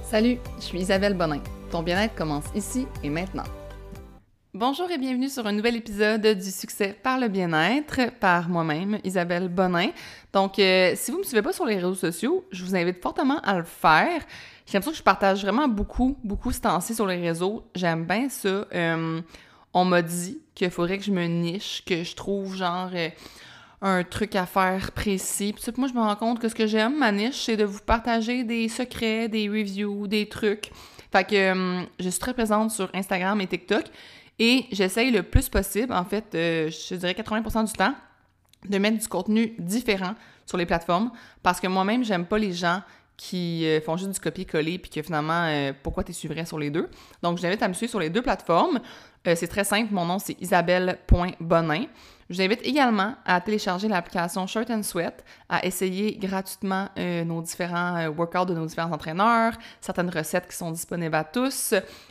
Salut, je suis Isabelle Bonin. Ton bien-être commence ici et maintenant. Bonjour et bienvenue sur un nouvel épisode du Succès par le bien-être par moi-même, Isabelle Bonin. Donc, si vous ne me suivez pas sur les réseaux sociaux, je vous invite fortement à le faire. J'ai l'impression que je partage vraiment beaucoup ce temps-ci sur les réseaux. J'aime bien ça. On m'a dit qu'il faudrait que je me niche, que je trouve un truc à faire précis. Puis moi, je me rends compte que ce que j'aime, ma niche, c'est de vous partager des secrets, des reviews, des trucs. Fait que je suis très présente sur Instagram et TikTok et j'essaye le plus possible, en fait, je dirais 80% du temps, de mettre du contenu différent sur les plateformes parce que moi-même, j'aime pas les gens qui font juste du copier-coller puis que finalement, pourquoi tu suivrais sur les deux? Donc, je t'invite à me suivre sur les deux plateformes. C'est très simple, mon nom, c'est isabelle.bonin. Je vous invite également à télécharger l'application Shirt & Sweat, à essayer gratuitement nos différents workouts de nos différents entraîneurs, certaines recettes qui sont disponibles à tous.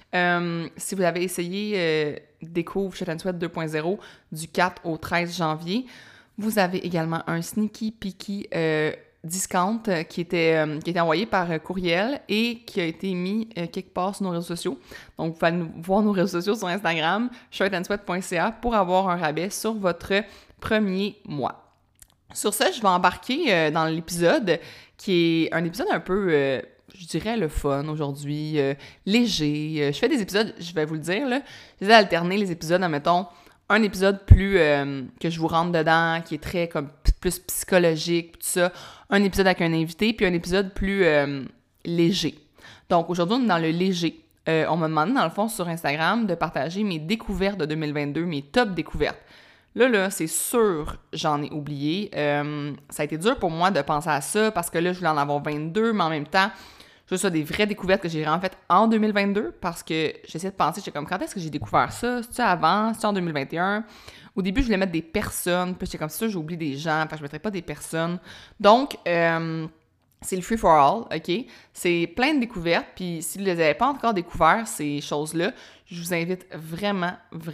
Si vous avez essayé Découvre Shirt & Sweat 2.0 du 4 au 13 janvier, vous avez également un Sneaky Peaky discount qui était envoyé par courriel et qui a été mis quelque part sur nos réseaux sociaux. Donc, vous pouvez voir nos réseaux sociaux sur Instagram, shirtandsweat.ca, pour avoir un rabais sur votre premier mois. Sur ça, je vais embarquer dans l'épisode qui est un épisode un peu, je dirais, le fun aujourd'hui, léger. Je fais des épisodes, je vais vous le dire, là, j'essaie d'alterner les épisodes, admettons, un épisode plus que je vous rentre dedans, qui est très comme plus psychologique, tout ça. Un épisode avec un invité, puis un épisode plus léger. Donc, aujourd'hui, on est dans le léger. On m'a demandé, dans le fond, sur Instagram, de partager mes découvertes de 2022, mes top découvertes. Là, c'est sûr, j'en ai oublié. Ça a été dur pour moi de penser à ça, parce que là, je voulais en avoir 22, mais en même temps, je veux ça, des vraies découvertes que j'ai vraiment faites en 2022, parce que j'essaie de penser, j'étais comme, quand est-ce que j'ai découvert ça? C'est-tu avant? C'est-tu en 2021? Au début, je voulais mettre des personnes, puis j'étais comme, ça, j'ai oublié des gens, fait que je mettrais pas des personnes. Donc, c'est le free for all, OK? C'est plein de découvertes, puis si vous ne les avez pas encore découvertes, ces choses-là, je vous invite vraiment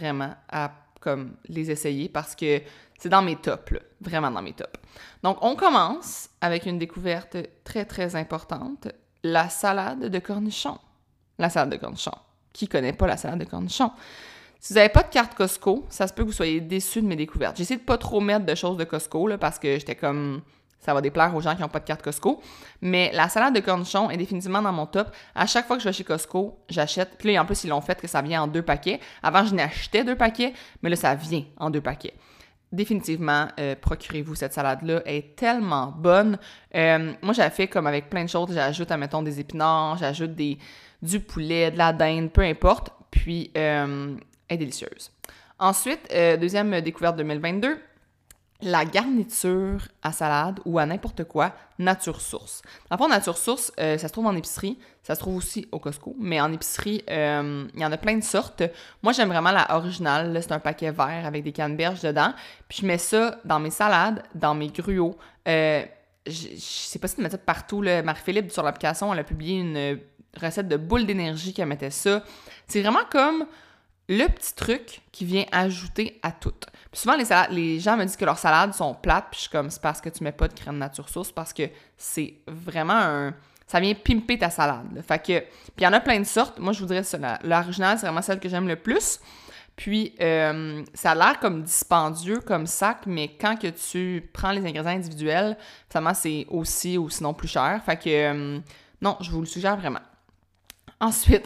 à comme les essayer, parce que c'est dans mes tops, là, vraiment dans mes tops. Donc, on commence avec une découverte très importante, la salade de cornichons. La salade de cornichons. Qui connaît pas la salade de cornichons? Si vous n'avez pas de carte Costco, ça se peut que vous soyez déçus de mes découvertes. J'ai essayé de pas trop mettre de choses de Costco, là, parce que j'étais comme, ça va déplaire aux gens qui n'ont pas de carte Costco. Mais la salade de cornichons est définitivement dans mon top. À chaque fois que je vais chez Costco, j'achète. Puis là, en plus, ils l'ont fait que ça vient en 2 paquets. Avant, je n'achetais 2 paquets, mais là, ça vient en 2 paquets. Définitivement, procurez-vous cette salade-là. Elle est tellement bonne. Moi, j'avais fait comme avec plein de choses. J'ajoute, admettons, des épinards, j'ajoute du poulet, de la dinde, peu importe. Puis, elle est délicieuse. Ensuite, deuxième découverte 2022, la garniture à salade ou à n'importe quoi, Nature Source. Dans le fond, Nature Source, ça se trouve en épicerie, ça se trouve aussi au Costco, mais en épicerie, il y en a plein de sortes. Moi, j'aime vraiment la originale, là, c'est un paquet vert avec des canneberges dedans, puis je mets ça dans mes salades, dans mes gruaux. Je sais pas si tu mets ça partout, là. Marie-Philippe, sur l'application, elle a publié une recette de boules d'énergie qu'elle mettait ça. C'est vraiment comme le petit truc qui vient ajouter à tout. Puis souvent, les gens me disent que leurs salades sont plates, puis je suis comme, c'est parce que tu mets pas de crème Nature Source, parce que c'est vraiment ça vient pimper ta salade, là. Fait que, puis il y en a plein de sortes. Moi, je vous dirais ça, l'original, c'est vraiment celle que j'aime le plus. Puis, ça a l'air comme dispendieux, comme sac, mais quand que tu prends les ingrédients individuels, finalement, c'est aussi ou sinon plus cher. Fait que, non, je vous le suggère vraiment. Ensuite,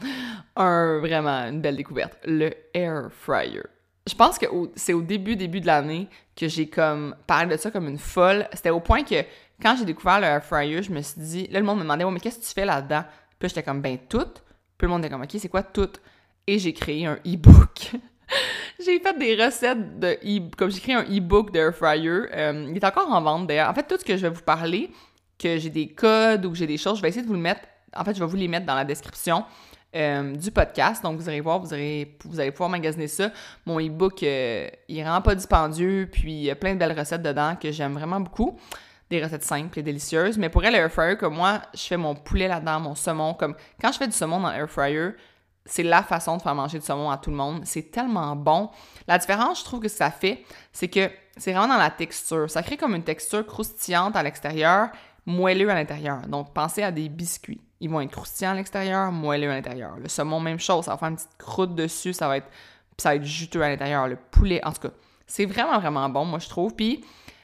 vraiment une belle découverte, le air fryer. Je pense que c'est au début de l'année que j'ai comme parlé de ça comme une folle. C'était au point que quand j'ai découvert le air fryer, je me suis dit, là le monde me demandait, ouais, mais qu'est-ce que tu fais là-dedans? Puis j'étais comme, ben tout. Puis le monde était comme, ok, c'est quoi tout? Et j'ai créé un e-book. J'ai fait des recettes comme j'ai créé un e-book de air fryer. Il est encore en vente d'ailleurs. En fait, tout ce que je vais vous parler, que j'ai des codes ou que j'ai des choses, je vais essayer de vous le mettre. En fait, je vais vous les mettre dans la description du podcast. Donc, vous allez voir, vous allez pouvoir magasiner ça. Mon e-book, il est vraiment pas dispendieux, puis il y a plein de belles recettes dedans que j'aime vraiment beaucoup. Des recettes simples et délicieuses. Mais pour elle, le air fryer, comme moi, je fais mon poulet là-dedans, mon saumon. Comme quand je fais du saumon dans l'air fryer, c'est la façon de faire manger du saumon à tout le monde. C'est tellement bon. La différence, je trouve que ça fait, c'est que c'est vraiment dans la texture. Ça crée comme une texture croustillante à l'extérieur, moelleux à l'intérieur. Donc, pensez à des biscuits. ils vont être croustillants à l'extérieur, moelleux à l'intérieur. Le saumon, même chose, ça va faire une petite croûte dessus, ça va être juteux à l'intérieur. Le poulet, en tout cas, c'est vraiment, vraiment bon, moi, je trouve. Puis,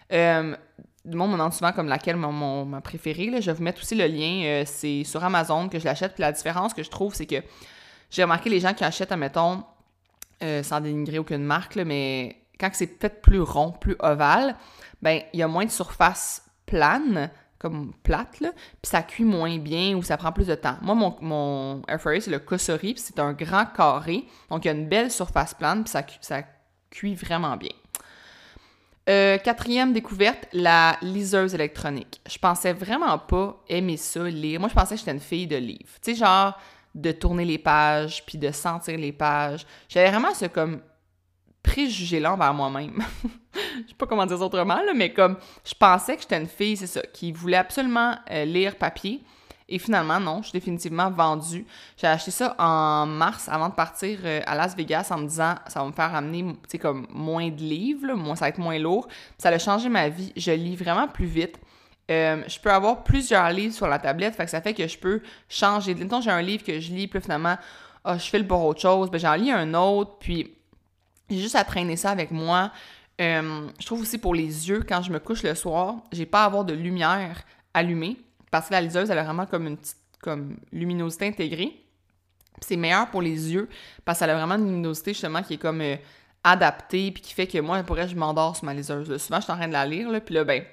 le monde me demande souvent comme laquelle ma préférée. Là. Je vais vous mettre aussi le lien. C'est sur Amazon que je l'achète. Puis la différence que je trouve, c'est que j'ai remarqué les gens qui achètent, admettons, sans dénigrer aucune marque, là, mais quand c'est peut-être plus rond, plus ovale, ben il y a moins de surface plane, comme plate, là, puis ça cuit moins bien ou ça prend plus de temps. Moi, mon air fryer, c'est le Cosori, puis c'est un grand carré. Donc, il y a une belle surface plane, puis ça cuit vraiment bien. Quatrième découverte, la liseuse électronique. Je pensais vraiment pas aimer ça, lire. Moi, je pensais que j'étais une fille de livre. Tu sais, genre, de tourner les pages, puis de sentir les pages. J'avais vraiment ce, comme, préjugé-là envers moi-même. Je sais pas comment dire ça autrement, là, mais comme, je pensais que j'étais une fille, c'est ça, qui voulait absolument lire papier. Et finalement, non, je suis définitivement vendue. J'ai acheté ça en mars avant de partir à Las Vegas en me disant ça va me faire amener, tu sais, comme moins de livres, là, ça va être moins lourd. Puis ça a changé ma vie. Je lis vraiment plus vite. Je peux avoir plusieurs livres sur la tablette, fait que ça fait que je peux changer. Mettons, j'ai un livre que je lis, puis finalement, je file pour autre chose, ben j'en lis un autre, puis j'ai juste à traîner ça avec moi. Je trouve aussi pour les yeux, quand je me couche le soir, j'ai pas à avoir de lumière allumée. Parce que la liseuse, elle a vraiment comme une petite luminosité intégrée. Puis c'est meilleur pour les yeux parce qu'elle a vraiment une luminosité justement qui est comme adaptée puis qui fait que moi, pour elle, je m'endors sur ma liseuse. Là. Souvent, je suis en train de la lire, là, puis là, ben,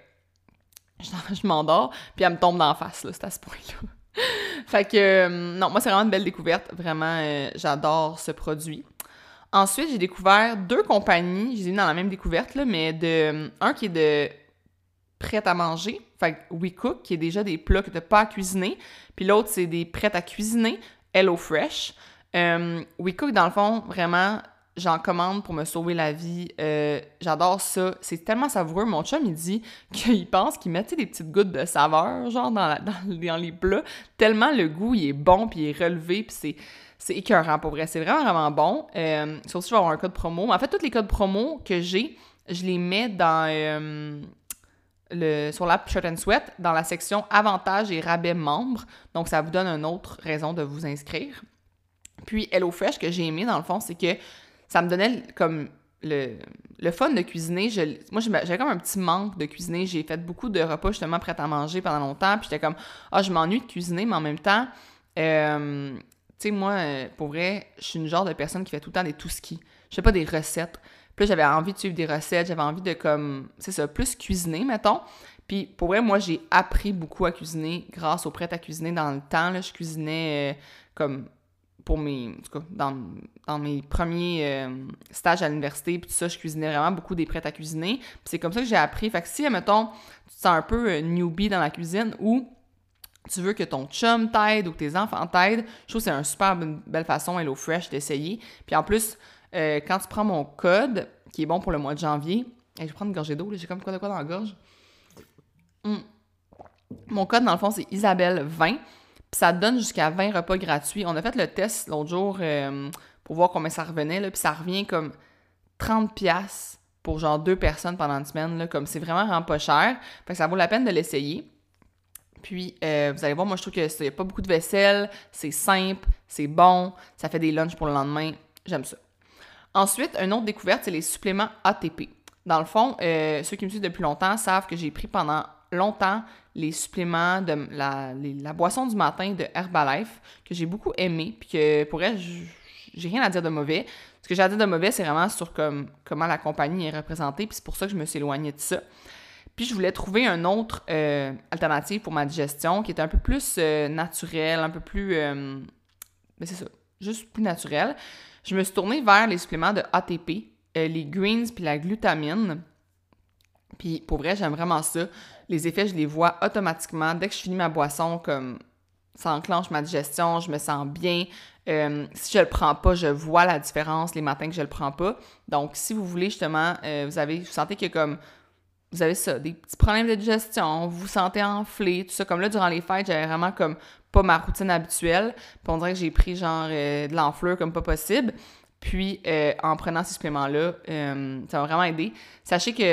je m'endors, puis elle me tombe d'en face, là, c'est à ce point-là. Fait que, non, moi, c'est vraiment une belle découverte. Vraiment, j'adore ce produit. Ensuite, j'ai découvert 2 compagnies, je les ai mis dans la même découverte, là, mais un qui est de prêt à manger, fait que WeCook, qui est déjà des plats que tu n'as pas à cuisiner, puis l'autre, c'est des prêts à cuisiner, HelloFresh. WeCook, dans le fond, vraiment, j'en commande pour me sauver la vie. J'adore ça. C'est tellement savoureux. Mon chum, il dit qu'il pense qu'il met des petites gouttes de saveur, genre, dans les plats, tellement le goût, il est bon, puis il est relevé, puis c'est écœurant, pour vrai. C'est vraiment, vraiment bon. Sauf si je vais avoir un code promo. Mais en fait, tous les codes promo que j'ai, je les mets dans... sur l'app Shirt & Sweat, dans la section avantages et rabais membres. Donc, ça vous donne une autre raison de vous inscrire. Puis, HelloFresh, que j'ai aimé, dans le fond, c'est que ça me donnait comme le fun de cuisiner. Moi, j'avais comme un petit manque de cuisiner. J'ai fait beaucoup de repas, justement, prêts à manger pendant longtemps. Puis, j'étais comme, je m'ennuie de cuisiner, mais en même temps, tu sais, moi, pour vrai, je suis une genre de personne qui fait tout le temps des tout-ski. Je fais pas des recettes. Puis là, j'avais envie de suivre des recettes, j'avais envie de, comme, c'est ça, plus cuisiner, mettons. Puis pour vrai, moi, j'ai appris beaucoup à cuisiner grâce aux prêts à cuisiner dans le temps. Là, je cuisinais comme pour en tout cas, dans mes premiers stages à l'université, puis tout ça, je cuisinais vraiment beaucoup des prêts à cuisiner. Puis c'est comme ça que j'ai appris. Fait que si, mettons, tu te sens un peu newbie dans la cuisine ou tu veux que ton chum t'aide ou que tes enfants t'aident, je trouve que c'est une super belle façon, HelloFresh, d'essayer. Puis en plus, quand tu prends mon code, qui est bon pour le mois de janvier, je vais prendre une gorgée d'eau, là, j'ai comme quoi dans la gorge. Mon code, dans le fond, c'est Isabelle20, puis ça te donne jusqu'à 20 repas gratuits. On a fait le test l'autre jour pour voir combien ça revenait, là, puis ça revient comme 30$ pour genre 2 personnes pendant une semaine, là, comme c'est vraiment pas cher. Fait que ça vaut la peine de l'essayer. Puis, vous allez voir, moi, je trouve qu'il n'y a pas beaucoup de vaisselle, c'est simple, c'est bon, ça fait des lunchs pour le lendemain, j'aime ça. Ensuite, une autre découverte, c'est les suppléments ATP. Dans le fond, ceux qui me suivent depuis longtemps savent que j'ai pris pendant longtemps les suppléments de la boisson du matin de Herbalife, que j'ai beaucoup aimé, puis que pour elle, j'ai rien à dire de mauvais. Ce que j'ai à dire de mauvais, c'est vraiment sur comment la compagnie est représentée, puis c'est pour ça que je me suis éloignée de ça. Puis je voulais trouver une autre alternative pour ma digestion qui était un peu plus naturelle, un peu plus... mais c'est ça, juste plus naturelle. Je me suis tournée vers les suppléments de ATP, les greens puis la glutamine. Puis pour vrai, j'aime vraiment ça. Les effets, je les vois automatiquement. Dès que je finis ma boisson, comme ça enclenche ma digestion, je me sens bien. Si je le prends pas, je vois la différence les matins que je le prends pas. Donc, si vous voulez justement, vous sentez que comme vous avez ça, des petits problèmes de digestion, vous vous sentez enflé, tout ça. Comme là, durant les fêtes, j'avais vraiment comme pas ma routine habituelle. Puis on dirait que j'ai pris genre de l'enflure comme pas possible. Puis en prenant ces suppléments-là, ça m'a vraiment aidé. Sachez que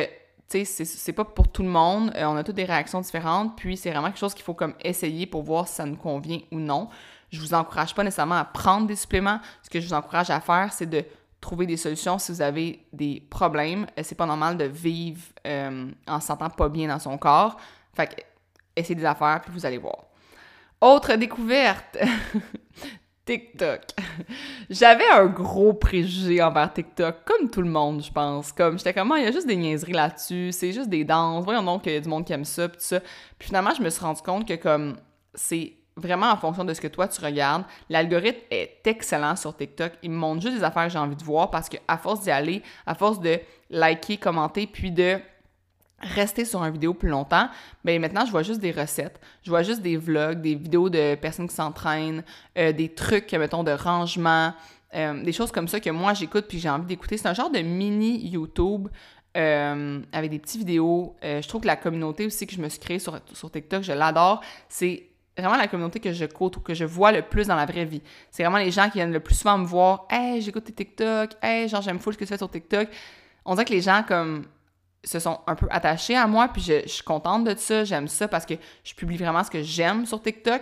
tu sais, c'est pas pour tout le monde. On a toutes des réactions différentes. Puis, c'est vraiment quelque chose qu'il faut comme essayer pour voir si ça nous convient ou non. Je vous encourage pas nécessairement à prendre des suppléments. Ce que je vous encourage à faire, c'est de trouver des solutions si vous avez des problèmes. C'est pas normal de vivre en se sentant pas bien dans son corps. Fait que, essayez des affaires, puis vous allez voir. Autre découverte! TikTok. J'avais un gros préjugé envers TikTok, comme tout le monde, je pense. Comme, j'étais comme, il y a juste des niaiseries là-dessus, c'est juste des danses, voyons donc qu'il y a du monde qui aime ça, pis tout ça. Puis finalement, je me suis rendu compte que, comme, c'est vraiment en fonction de ce que toi, tu regardes. L'algorithme est excellent sur TikTok. Il me montre juste des affaires que j'ai envie de voir parce qu'à force d'y aller, à force de liker, commenter, puis de rester sur une vidéo plus longtemps, ben maintenant, je vois juste des recettes, je vois juste des vlogs, des vidéos de personnes qui s'entraînent, des trucs, mettons, de rangement, des choses comme ça que moi, j'écoute puis j'ai envie d'écouter. C'est un genre de mini YouTube avec des petites vidéos. Je trouve que la communauté aussi que je me suis créée sur TikTok, je l'adore. C'est vraiment la communauté que je côtoie, que je vois le plus dans la vraie vie. C'est vraiment les gens qui viennent le plus souvent me voir. « Hey, j'écoute tes TikTok. Hey, genre, j'aime full ce que tu fais sur TikTok. » On dirait que les gens, comme se sont un peu attachés à moi, puis je suis contente de ça, j'aime ça parce que je publie vraiment ce que j'aime sur TikTok.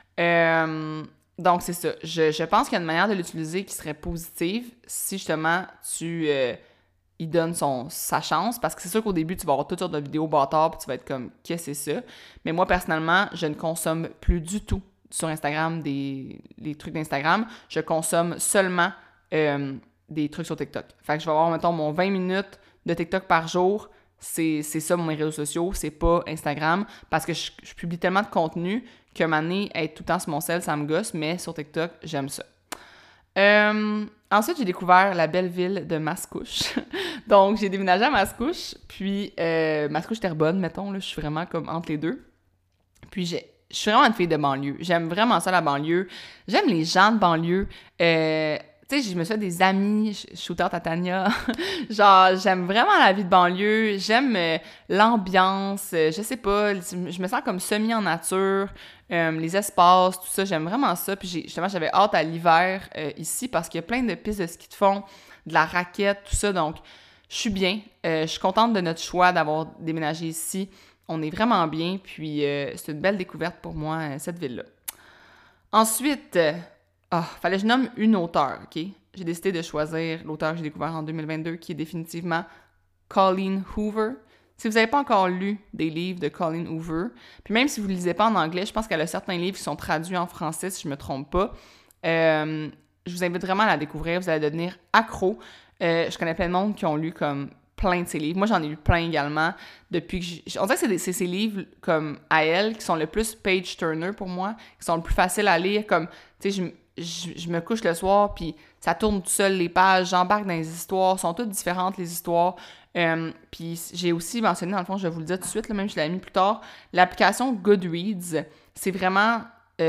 Donc, c'est ça. Je pense qu'il y a une manière de l'utiliser qui serait positive si, justement, tu y donnes sa chance, parce que c'est sûr qu'au début, tu vas avoir toutes sortes de vidéos bâtards, puis tu vas être comme « Qu'est-ce que c'est ça? » Mais moi, personnellement, je ne consomme plus du tout sur Instagram les trucs d'Instagram. Je consomme seulement des trucs sur TikTok. Fait que je vais avoir, mettons, mon 20 minutes de TikTok par jour. C'est ça, mes réseaux sociaux, c'est pas Instagram, parce que je publie tellement de contenu que m'année, être tout le temps sur mon cell, ça me gosse, mais sur TikTok, j'aime ça. Ensuite, j'ai découvert la belle ville de Mascouche. Donc, j'ai déménagé à Mascouche, puis Mascouche-Terrebonne, mettons, là, je suis vraiment comme entre les deux. Puis, je suis vraiment une fille de banlieue. J'aime vraiment ça, la banlieue. J'aime les gens de banlieue. Tu sais, je me suis fait des amis, shooter Tatania. Genre, j'aime vraiment la vie de banlieue, j'aime l'ambiance, je sais pas, je me sens comme semi en nature, les espaces, tout ça, j'aime vraiment ça. Puis justement, j'avais hâte à l'hiver ici parce qu'il y a plein de pistes de ski de fond, de la raquette, tout ça. Donc, je suis bien. Je suis contente de notre choix d'avoir déménagé ici. On est vraiment bien, puis c'est une belle découverte pour moi, cette ville-là. Ensuite... fallait que je nomme une auteure, OK? J'ai décidé de choisir l'auteur que j'ai découvert en 2022, qui est définitivement Colleen Hoover. Si vous n'avez pas encore lu des livres de Colleen Hoover, puis même si vous ne lisez pas en anglais, je pense qu'elle a certains livres qui sont traduits en français, si je ne me trompe pas. Je vous invite vraiment à la découvrir, vous allez devenir accro. Je connais plein de monde qui ont lu comme plein de ses livres. Moi, j'en ai lu plein également depuis que on dirait que c'est ces livres comme à elle qui sont le plus page-turner pour moi, qui sont le plus faciles à lire, comme, tu sais, je me couche le soir, puis ça tourne tout seul les pages, j'embarque dans les histoires, sont toutes différentes les histoires. Puis j'ai aussi mentionné, dans le fond, je vais vous le dire tout de suite, là, même je l'ai mis plus tard, l'application Goodreads, c'est vraiment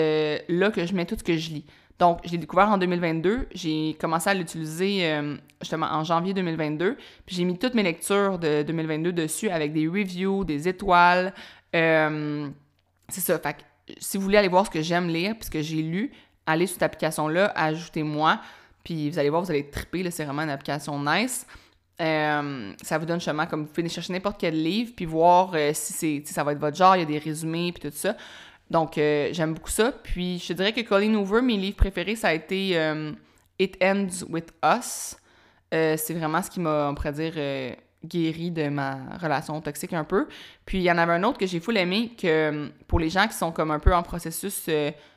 là que je mets tout ce que je lis. Donc, je l'ai découvert en 2022, j'ai commencé à l'utiliser justement en janvier 2022, puis j'ai mis toutes mes lectures de 2022 dessus avec des reviews, des étoiles. C'est ça, fait que si vous voulez aller voir ce que j'aime lire, puis ce que j'ai lu, allez sur cette application-là, ajoutez-moi, puis vous allez voir, vous allez triper, là, c'est vraiment une application nice. Ça vous donne justement, comme vous pouvez chercher n'importe quel livre, puis voir si ça va être votre genre, il y a des résumés, puis tout ça. Donc, j'aime beaucoup ça. Puis, je te dirais que Colleen Hoover, mes livres préférés, ça a été It Ends With Us. C'est vraiment ce qui m'a, on pourrait dire, guéri de ma relation toxique un peu. Puis, il y en avait un autre que j'ai full aimé, que pour les gens qui sont comme un peu en processus...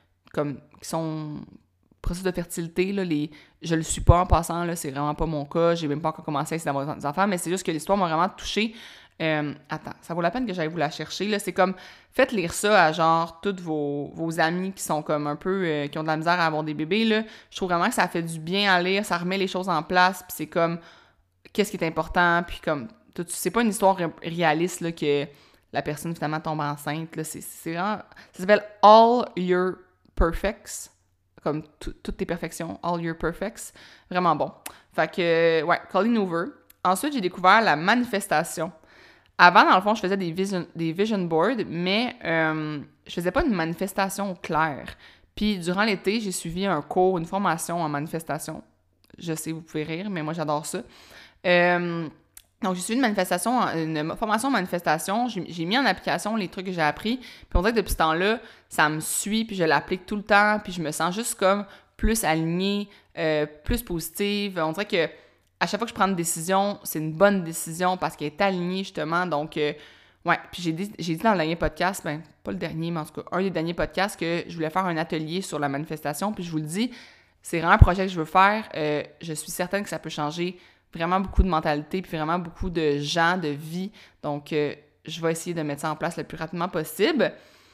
qui sont processus de fertilité, là, je le suis pas en passant, là, c'est vraiment pas mon cas, j'ai même pas encore commencé à essayer d'avoir des enfants, mais c'est juste que l'histoire m'a vraiment touchée. Attends, ça vaut la peine que j'aille vous la chercher, là, c'est comme, faites lire ça à genre tous vos amis qui sont comme un peu, qui ont de la misère à avoir des bébés, là, je trouve vraiment que ça fait du bien à lire, ça remet les choses en place, puis c'est comme, qu'est-ce qui est important, puis comme, c'est pas une histoire réaliste, là, que la personne finalement tombe enceinte, là, c'est vraiment, ça s'appelle All Your Perfects, comme toutes tes perfections, All Your Perfects. Vraiment bon. Fait que, ouais, Colleen Hoover. Ensuite, j'ai découvert la manifestation. Avant, dans le fond, je faisais des vision boards, mais je faisais pas une manifestation claire. Puis, durant l'été, j'ai suivi un cours, une formation en manifestation. Je sais, vous pouvez rire, mais moi, j'adore ça. Donc, j'ai suivi une formation en manifestation. J'ai mis en application les trucs que j'ai appris. Puis on dirait que depuis ce temps-là, ça me suit, puis je l'applique tout le temps, puis je me sens juste comme plus alignée, plus positive. On dirait que à chaque fois que je prends une décision, c'est une bonne décision parce qu'elle est alignée, justement. Donc, ouais. Puis j'ai dit dans le dernier podcast, ben pas le dernier, mais en tout cas, un des derniers podcasts, que je voulais faire un atelier sur la manifestation. Puis je vous le dis, c'est vraiment un projet que je veux faire. Je suis certaine que ça peut changer vraiment beaucoup de mentalité, puis vraiment beaucoup de gens, de vie. Donc, je vais essayer de mettre ça en place le plus rapidement possible.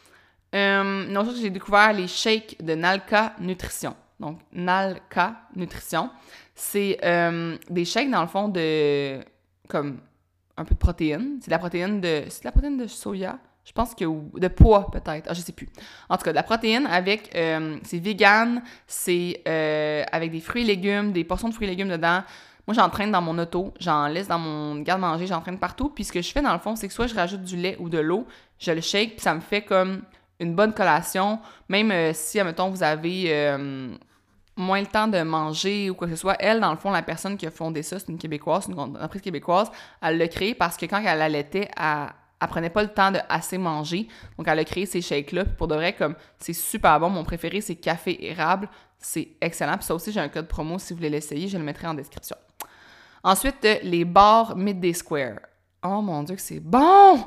Une autre chose que j'ai découvert, les shakes de Nalka Nutrition. Donc, Nalka Nutrition, c'est des shakes, dans le fond, de comme un peu de protéines. C'est de la protéine de soya? Je pense que... Ou de pois, peut-être. Ah, je sais plus. En tout cas, de la protéine avec... c'est vegan, c'est avec des fruits et légumes, des portions de fruits et légumes dedans. Moi, j'entraîne dans mon auto, j'en laisse dans mon garde-manger, j'entraîne partout. Puis ce que je fais, dans le fond, c'est que soit je rajoute du lait ou de l'eau, je le shake, puis ça me fait comme une bonne collation. Même si, admettons, vous avez moins le temps de manger ou quoi que ce soit. Elle, dans le fond, la personne qui a fondé ça, c'est une Québécoise, une entreprise québécoise. Elle l'a créé parce que quand elle allaitait, elle prenait pas le temps de assez manger. Donc, elle a créé ces shakes-là. Puis pour de vrai, comme c'est super bon. Mon préféré, c'est café érable. C'est excellent. Puis ça aussi, j'ai un code promo si vous voulez l'essayer. Je le mettrai en description. Ensuite, les bars Midday Square. Oh mon Dieu, que c'est bon!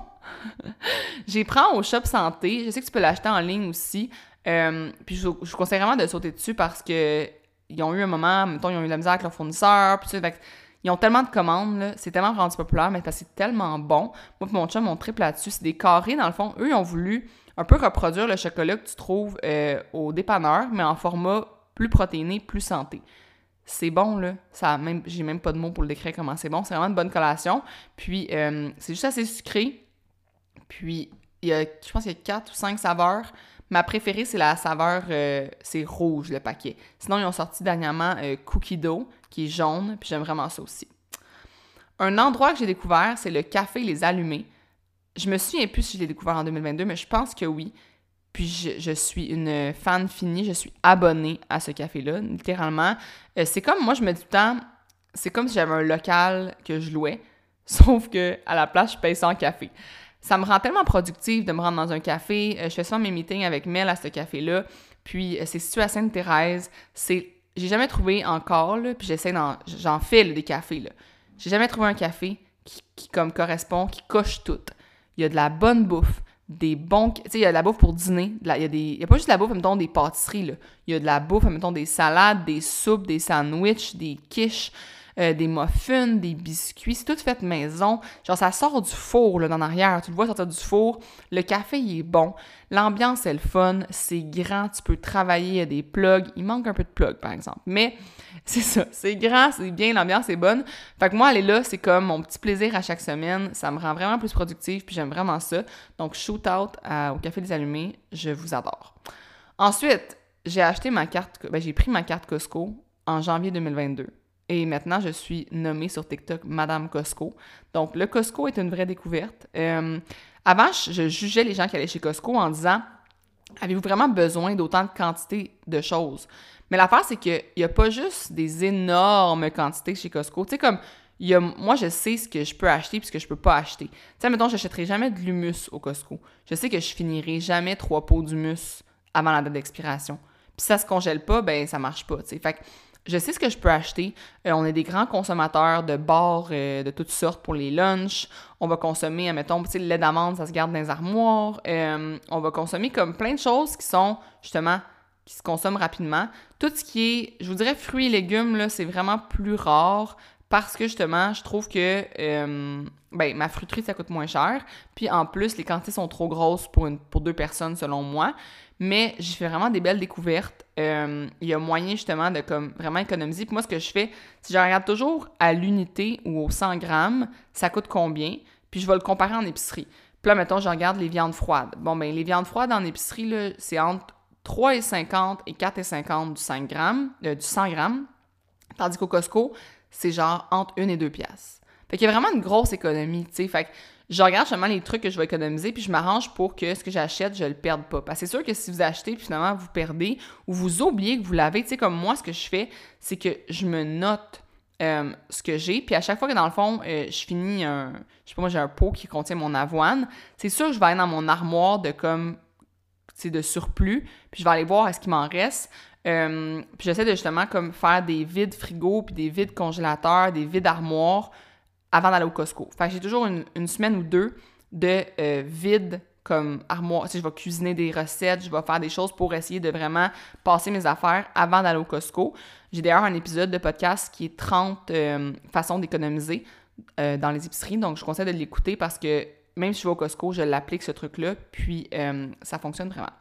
J'y prends au Shop Santé. Je sais que tu peux l'acheter en ligne aussi. Puis je vous conseille vraiment de sauter dessus parce que ils ont eu un moment, mettons, ils ont eu de la misère avec leurs fournisseurs. Puis ils ont tellement de commandes, là. C'est tellement rendu populaire, mais c'est tellement bon. Moi et mon chum, on triple là-dessus. C'est des carrés, dans le fond. Eux, ils ont voulu un peu reproduire le chocolat que tu trouves au dépanneur, mais en format plus protéiné, plus santé. C'est bon, là. J'ai même pas de mots pour le décrire comment c'est bon. C'est vraiment une bonne collation. Puis, c'est juste assez sucré. Puis, je pense qu'il y a 4 ou 5 saveurs. Ma préférée, c'est la saveur, c'est rouge, le paquet. Sinon, ils ont sorti dernièrement Cookie Dough, qui est jaune. Puis, j'aime vraiment ça aussi. Un endroit que j'ai découvert, c'est le Café Les Allumés. Je me souviens plus si je l'ai découvert en 2022, mais je pense que oui. Puis je suis une fan finie, je suis abonnée à ce café-là, littéralement. C'est comme, moi, je me dis tout le temps, c'est comme si j'avais un local que je louais, sauf que à la place, je paye ça en café. Ça me rend tellement productive de me rendre dans un café. Je fais souvent mes meetings avec Mel à ce café-là. Puis c'est situé à Sainte-Thérèse. J'ai jamais trouvé encore, là, puis j'en fais là, des cafés, là. J'ai jamais trouvé un café qui comme correspond, qui coche tout. Il y a de la bonne bouffe. Des bons... Tu sais, il y a de la bouffe pour dîner. Il y a pas juste de la bouffe, mettons, des pâtisseries, là. Il y a de la bouffe, mettons, des salades, des soupes, des sandwichs, des quiches, des muffins, des biscuits. C'est tout fait maison. Genre, ça sort du four, là, dans l'arrière. Tu le vois sortir du four. Le café, il est bon. L'ambiance, c'est le fun. C'est grand. Tu peux travailler. Il y a des plugs. Il manque un peu de plugs, par exemple. Mais c'est ça. C'est grand, c'est bien. L'ambiance est bonne. Fait que moi, aller là, c'est comme mon petit plaisir à chaque semaine. Ça me rend vraiment plus productive, puis j'aime vraiment ça. Donc, shoot out au Café des Allumés. Je vous adore. Ensuite, j'ai pris ma carte Costco en janvier 2022. Et maintenant, je suis nommée sur TikTok Madame Costco. Donc, le Costco est une vraie découverte. Avant, je jugeais les gens qui allaient chez Costco en disant « Avez-vous vraiment besoin d'autant de quantité de choses? » Mais l'affaire, c'est qu'il n'y a pas juste des énormes quantités chez Costco. Tu sais, comme, moi, je sais ce que je peux acheter et ce que je peux pas acheter. Tu sais, mettons, je n'achèterai jamais de l'humus au Costco. Je sais que je finirai jamais 3 pots d'humus avant la date d'expiration. Puis si ça se congèle pas, ben ça marche pas, tu sais. Fait que je sais ce que je peux acheter. On est des grands consommateurs de bars de toutes sortes pour les lunchs. On va consommer, mettons, tu sais, le lait d'amande, ça se garde dans les armoires. On va consommer comme plein de choses qui sont, justement, qui se consomment rapidement. Tout ce qui est, je vous dirais, fruits et légumes, là, c'est vraiment plus rare parce que, justement, je trouve que ma fruiterie, ça coûte moins cher. Puis, en plus, les quantités sont trop grosses pour 2 personnes, selon moi. Mais j'ai fait vraiment des belles découvertes. Il y a moyen, justement, de comme vraiment économiser. Puis moi, ce que je fais, c'est que je regarde toujours à l'unité ou au 100 grammes, ça coûte combien, puis je vais le comparer en épicerie. Puis là, mettons, je regarde les viandes froides. Bon, ben les viandes froides en épicerie, là, c'est entre 3,50 et 4,50 du 5 grammes, du 100 grammes. Tandis qu'au Costco, c'est genre entre 1 et 2 piastres. Fait qu'il y a vraiment une grosse économie, tu sais. Fait que je regarde justement les trucs que je vais économiser, puis je m'arrange pour que ce que j'achète, je le perde pas. Parce que c'est sûr que si vous achetez, puis finalement, vous perdez, ou vous oubliez que vous l'avez, tu sais, comme moi, ce que je fais, c'est que je me note ce que j'ai. Puis à chaque fois que, dans le fond, je finis je sais pas, moi, j'ai un pot qui contient mon avoine, c'est sûr que je vais aller dans mon armoire de comme, tu sais, de surplus, puis je vais aller voir est-ce qu'il m'en reste. Puis j'essaie de justement comme faire des vides frigo, puis des vides congélateurs, des vides armoires avant d'aller au Costco. Fait que j'ai toujours une semaine ou deux de vides comme armoire. Tu sais, je vais cuisiner des recettes, je vais faire des choses pour essayer de vraiment passer mes affaires avant d'aller au Costco. J'ai d'ailleurs un épisode de podcast qui est 30 façons d'économiser dans les épiceries, donc je conseille de l'écouter parce que même si je vais au Costco, je l'applique ce truc-là, puis ça fonctionne vraiment.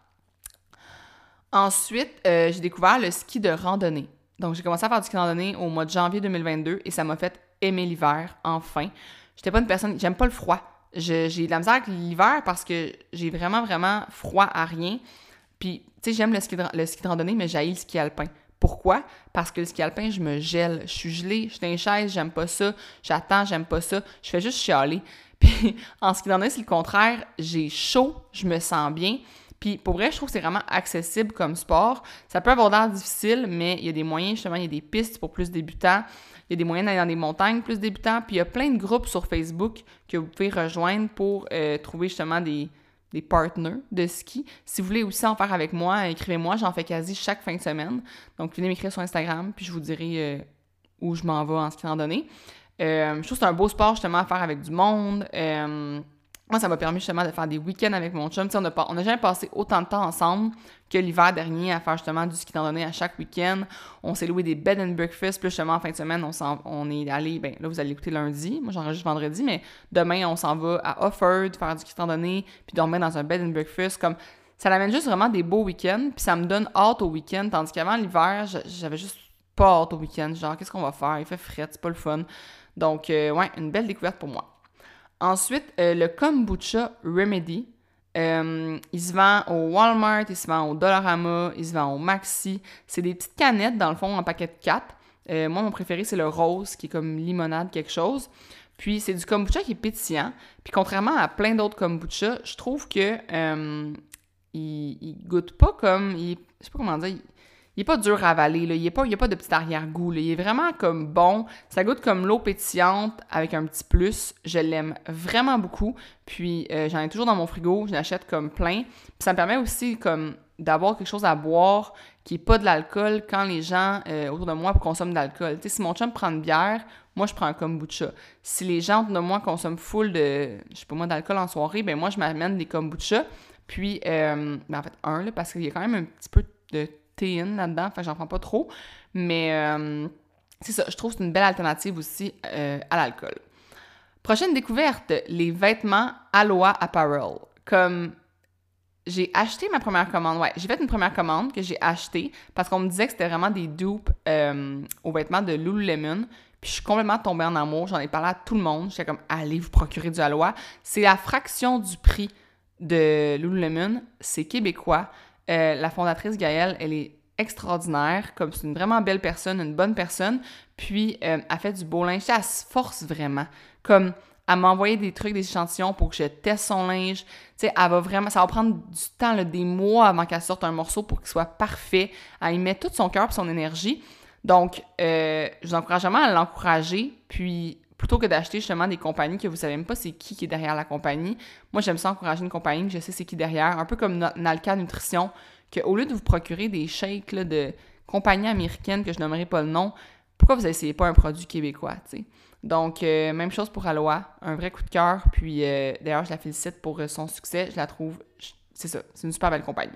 Ensuite, j'ai découvert le ski de randonnée. Donc, j'ai commencé à faire du ski de randonnée au mois de janvier 2022 et ça m'a fait aimer l'hiver, enfin. J'étais pas une personne... J'aime pas le froid. J'ai de la misère avec l'hiver parce que j'ai vraiment, vraiment froid à rien. Puis, tu sais, j'aime le ski de randonnée, mais j'haïs le ski alpin. Pourquoi? Parce que le ski alpin, je me gèle. Je suis gelée, je suis dans les chaises, j'aime pas ça. J'attends, j'aime pas ça. Je fais juste chialer. Puis, en ski de randonnée, c'est le contraire. J'ai chaud, je me sens bien. Puis pour vrai, je trouve que c'est vraiment accessible comme sport. Ça peut avoir l'air difficile, mais il y a des moyens, justement, il y a des pistes pour plus débutants. Il y a des moyens d'aller dans des montagnes plus débutants. Puis il y a plein de groupes sur Facebook que vous pouvez rejoindre pour trouver justement des partners de ski. Si vous voulez aussi en faire avec moi, écrivez-moi. J'en fais quasi chaque fin de semaine. Donc venez m'écrire sur Instagram, puis je vous dirai où je m'en vais en ski de randonnée. Je trouve que c'est un beau sport justement à faire avec du monde. Moi, ça m'a permis justement de faire des week-ends avec mon chum. On n'a jamais passé autant de temps ensemble que l'hiver dernier à faire justement du ski de randonnée à chaque week-end. On s'est loué des bed and breakfast. Puis justement, en fin de semaine, on est allé, ben là, vous allez écouter lundi. Moi, j'enregistre vendredi, mais demain, on s'en va à Offord faire du ski de randonnée puis dormir dans un bed and breakfast. Comme, ça amène juste vraiment des beaux week-ends. Puis ça me donne hâte au week-end. Tandis qu'avant l'hiver, j'avais juste pas hâte au week-end. Genre, qu'est-ce qu'on va faire? Il fait fret, c'est pas le fun. Donc, ouais, une belle découverte pour moi. Ensuite, le kombucha Remedy, il se vend au Walmart, il se vend au Dollarama, il se vend au Maxi. C'est des petites canettes, dans le fond, en paquet de 4. Moi, mon préféré, c'est le rose, qui est comme limonade quelque chose. Puis, c'est du kombucha qui est pétillant. Puis, contrairement à plein d'autres kombucha, je trouve que il goûte pas comme... je sais pas comment dire... Il est pas dur à avaler, là. Il y a pas de petit arrière-goût, là. Il est vraiment comme bon. Ça goûte comme l'eau pétillante avec un petit plus. Je l'aime vraiment beaucoup. Puis j'en ai toujours dans mon frigo. Je l'achète comme plein. Puis ça me permet aussi comme d'avoir quelque chose à boire qui est pas de l'alcool quand les gens autour de moi consomment de l'alcool. Tu sais, si mon chum prend une bière, moi je prends un kombucha. Si les gens autour de moi consomment full de, je sais pas moi, d'alcool en soirée, ben moi je m'amène des kombucha. Puis, ben en fait, là, parce qu'il y a quand même un petit peu de théine là-dedans, enfin j'en prends pas trop, mais c'est ça, je trouve que c'est une belle alternative aussi à l'alcool. Prochaine découverte, les vêtements Aloha Apparel. Comme j'ai acheté ma première commande, j'ai fait une première commande que j'ai achetée parce qu'on me disait que c'était vraiment des dupes aux vêtements de Lululemon, puis je suis complètement tombée en amour, j'en ai parlé à tout le monde, j'étais comme allez vous procurer du Aloha, c'est la fraction du prix de Lululemon, c'est québécois. La fondatrice Gaëlle, elle est extraordinaire, comme c'est une vraiment belle personne, une bonne personne, puis elle fait du beau linge, elle se force vraiment, comme elle m'a envoyé des trucs, des échantillons pour que je teste son linge, tu sais, elle va vraiment, ça va prendre du temps, là, des mois avant qu'elle sorte un morceau pour qu'il soit parfait, elle y met tout son cœur et son énergie, donc je vous encourage vraiment à l'encourager, puis plutôt que d'acheter justement des compagnies que vous savez même pas c'est qui est derrière la compagnie. Moi, j'aime ça encourager une compagnie que je sais c'est qui derrière. Un peu comme Nalka Nutrition, qu'au lieu de vous procurer des shakes là, de compagnies américaines que je nommerai pas le nom, pourquoi vous n'essayez pas un produit québécois, tu sais? Donc, même chose pour Aloha, un vrai coup de cœur. Puis, d'ailleurs, je la félicite pour son succès. Je la trouve, c'est ça, c'est une super belle compagnie.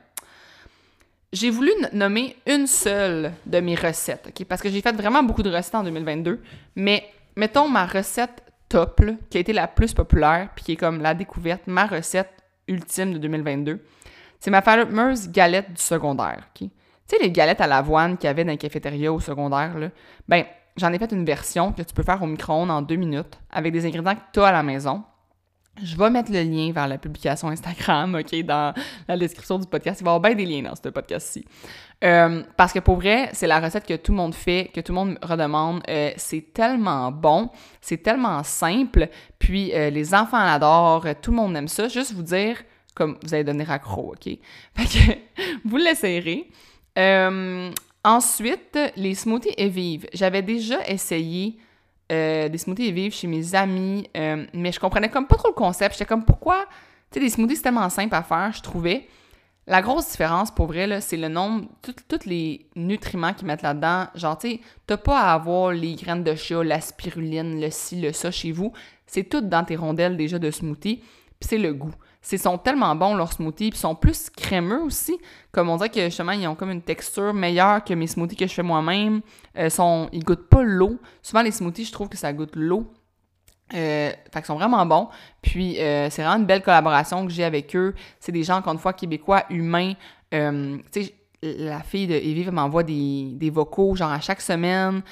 J'ai voulu nommer une seule de mes recettes, OK? Parce que j'ai fait vraiment beaucoup de recettes en 2022, mais mettons ma recette top, là, qui a été la plus populaire, puis qui est comme la découverte, ma recette ultime de 2022. C'est ma fameuse galette du secondaire, OK? Tu sais, les galettes à l'avoine qu'il y avait dans les cafétérias au secondaire, là, ben, j'en ai fait une version que tu peux faire au micro-ondes en 2 minutes avec des ingrédients que tu as à la maison. Je vais mettre le lien vers la publication Instagram, OK, dans la description du podcast. Il va y avoir bien des liens dans ce podcast-ci. Parce que pour vrai, c'est la recette que tout le monde fait, que tout le monde redemande. C'est tellement bon, c'est tellement simple. Puis les enfants l'adorent, tout le monde aime ça. Juste vous dire, comme vous allez devenir accro, OK? Fait que vous l'essayerez. Ensuite, les smoothies et vives. J'avais déjà essayé des smoothies et vives chez mes amis, mais je comprenais comme pas trop le concept. J'étais comme, pourquoi? Tu sais, des smoothies, c'est tellement simple à faire, je trouvais. La grosse différence, pour vrai, là, c'est le nombre, tous les nutriments qu'ils mettent là-dedans. Genre, tu sais, t'as pas à avoir les graines de chia, la spiruline, le ci, le ça chez vous. C'est tout dans tes rondelles déjà de smoothie. Puis c'est le goût. Ils sont tellement bons, leurs smoothies. Puis ils sont plus crémeux aussi. Comme on dirait que justement, ils ont comme une texture meilleure que mes smoothies que je fais moi-même. Ils goûtent pas l'eau. Souvent, les smoothies, je trouve que ça goûte l'eau. Fait qu'ils sont vraiment bons. Puis, c'est vraiment une belle collaboration que j'ai avec eux. C'est des gens, encore une fois, québécois, humains. Tu sais, la fille de Evie m'envoie des vocaux, genre à chaque semaine.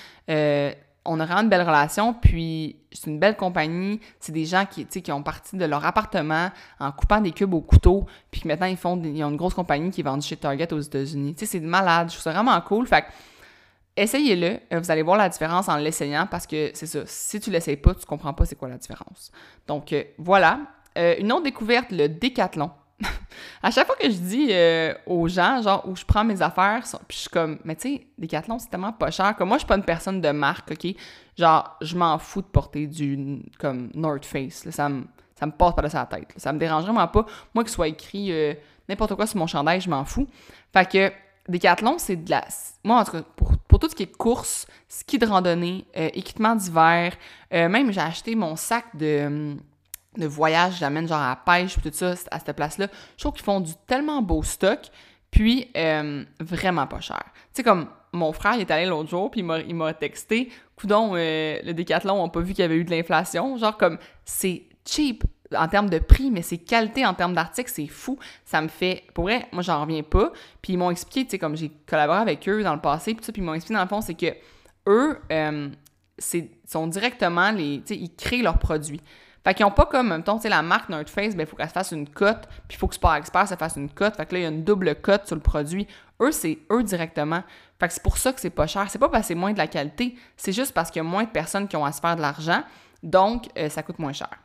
On a vraiment une belle relation. Puis, c'est une belle compagnie. C'est des gens qui ont parti de leur appartement en coupant des cubes au couteau. Puis maintenant, ils ont une grosse compagnie qui est vendue chez Target aux États-Unis. Tu sais, c'est malade. Je trouve ça vraiment cool. Fait que, essayez-le, vous allez voir la différence en l'essayant parce que c'est ça, si tu l'essayes pas, tu comprends pas c'est quoi la différence. Donc voilà. Une autre découverte, le Décathlon. À chaque fois que je dis aux gens, genre, où je prends mes affaires, puis je suis comme, mais tu sais, Décathlon, c'est tellement pas cher. Comme moi, je suis pas une personne de marque, OK? Genre, je m'en fous de porter du, comme, North Face. Là, ça me passe par-dessus la tête. Là. Ça me dérange vraiment pas. Moi, qu'il soit écrit n'importe quoi sur mon chandail, je m'en fous. Fait que Décathlon, c'est de la... Moi, en tout cas, pour tout ce qui est course, ski de randonnée, équipement d'hiver, même j'ai acheté mon sac de voyage, j'amène genre à la pêche, puis tout ça, à cette place-là. Je trouve qu'ils font du tellement beau stock, puis vraiment pas cher. Tu sais, comme mon frère, il est allé l'autre jour, puis il m'a texté, coudon, le Décathlon, on n'a pas vu qu'il y avait eu de l'inflation. Genre comme, c'est cheap en termes de prix, mais c'est qualité en termes d'articles, c'est fou. Ça me fait... Pour vrai, moi, j'en reviens pas. Puis ils m'ont expliqué, tu sais, comme j'ai collaboré avec eux dans le passé, puis ils m'ont expliqué, dans le fond, c'est que eux, sont directement tu sais, ils créent leurs produits. Fait qu'ils n'ont pas comme, mettons, tu sais, la marque North Face, ben il faut qu'elle se fasse une cote, puis il faut que Sport Expert se fasse une cote. Fait que là, il y a une double cote sur le produit. Eux, c'est eux directement. Fait que c'est pour ça que c'est pas cher. C'est pas parce que c'est moins de la qualité, c'est juste parce qu'il y a moins de personnes qui ont à se faire de l'argent. Donc, ça coûte moins cher.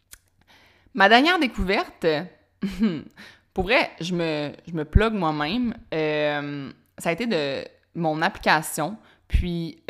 Ma dernière découverte, pour vrai, je me plug moi-même. Ça a été de mon application, puis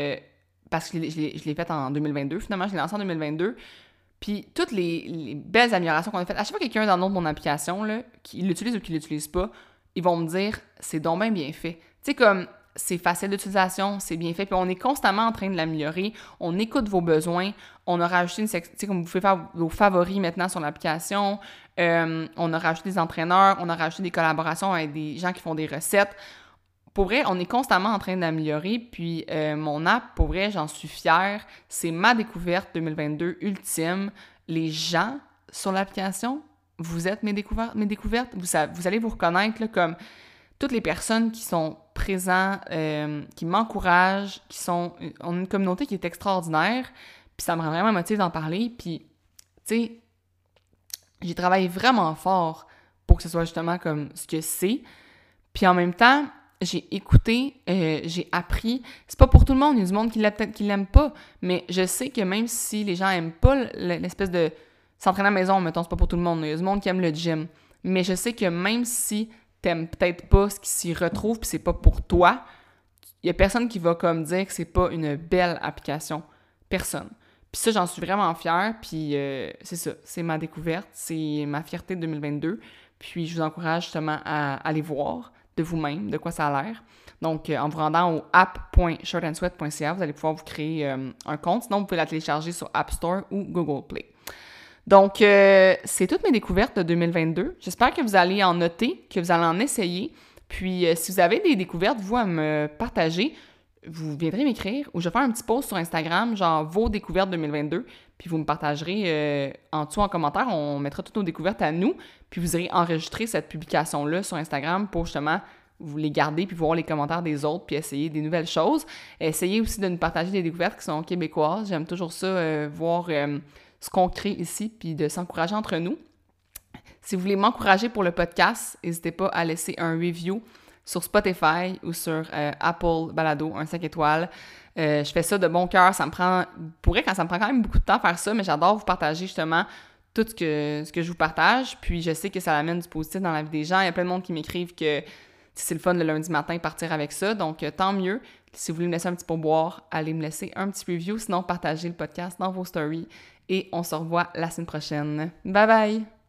parce que je l'ai faite en 2022, finalement, je l'ai lancée en 2022. Puis toutes les belles améliorations qu'on a faites, à chaque fois que quelqu'un download mon application, là, qui l'utilise ou qui l'utilise pas, ils vont me dire « c'est donc bien fait ». Tu sais, comme c'est facile d'utilisation, c'est bien fait, puis on est constamment en train de l'améliorer, on écoute vos besoins, on a rajouté une section, tu sais, comme vous pouvez faire vos favoris maintenant sur l'application, on a rajouté des entraîneurs, on a rajouté des collaborations avec des gens qui font des recettes. Pour vrai, on est constamment en train d'améliorer, puis mon app, pour vrai, j'en suis fière, c'est ma découverte 2022 ultime. Les gens sur l'application, vous êtes mes découvertes, vous allez vous reconnaître là, comme toutes les personnes qui sont présentes, qui m'encouragent, on a une communauté qui est extraordinaire, puis ça me rend vraiment motivée d'en parler, puis, tu sais, j'ai travaillé vraiment fort pour que ce soit justement comme ce que c'est, puis en même temps, j'ai écouté, j'ai appris. C'est pas pour tout le monde, il y a du monde qui l'aime pas, mais je sais que même si les gens aiment pas l'espèce de s'entraîner à la maison, mettons, c'est pas pour tout le monde, il y a du monde qui aime le gym, mais je sais que même si t'aimes peut-être pas ce qui s'y retrouve puis c'est pas pour toi, il y a personne qui va comme dire que c'est pas une belle application. Personne. Puis ça, j'en suis vraiment fière, puis c'est ça, c'est ma découverte, c'est ma fierté de 2022, puis je vous encourage justement à aller voir de vous-même, de quoi ça a l'air. Donc, en vous rendant au app.shirtandsweat.ca, vous allez pouvoir vous créer un compte, sinon vous pouvez la télécharger sur App Store ou Google Play. Donc, c'est toutes mes découvertes de 2022. J'espère que vous allez en noter, que vous allez en essayer. Puis, si vous avez des découvertes, vous, à me partager, vous viendrez m'écrire ou je vais faire un petit post sur Instagram, genre vos découvertes 2022, puis vous me partagerez en dessous en commentaire. On mettra toutes nos découvertes à nous, puis vous irez enregistrer cette publication-là sur Instagram pour justement vous les garder puis voir les commentaires des autres puis essayer des nouvelles choses. Essayez aussi de nous partager des découvertes qui sont québécoises. J'aime toujours ça, voir ce qu'on crée ici, puis de s'encourager entre nous. Si vous voulez m'encourager pour le podcast, n'hésitez pas à laisser un review sur Spotify ou sur Apple Balado, un 5 étoiles. Je fais ça de bon cœur. Ça me prend quand même beaucoup de temps à faire ça, mais j'adore vous partager justement tout ce que je vous partage. Puis je sais que ça amène du positif dans la vie des gens. Il y a plein de monde qui m'écrivent que c'est le fun le lundi matin partir avec ça. Donc, tant mieux. Si vous voulez me laisser un petit pourboire, allez me laisser un petit review. Sinon, partagez le podcast dans vos stories. Et on se revoit la semaine prochaine. Bye bye!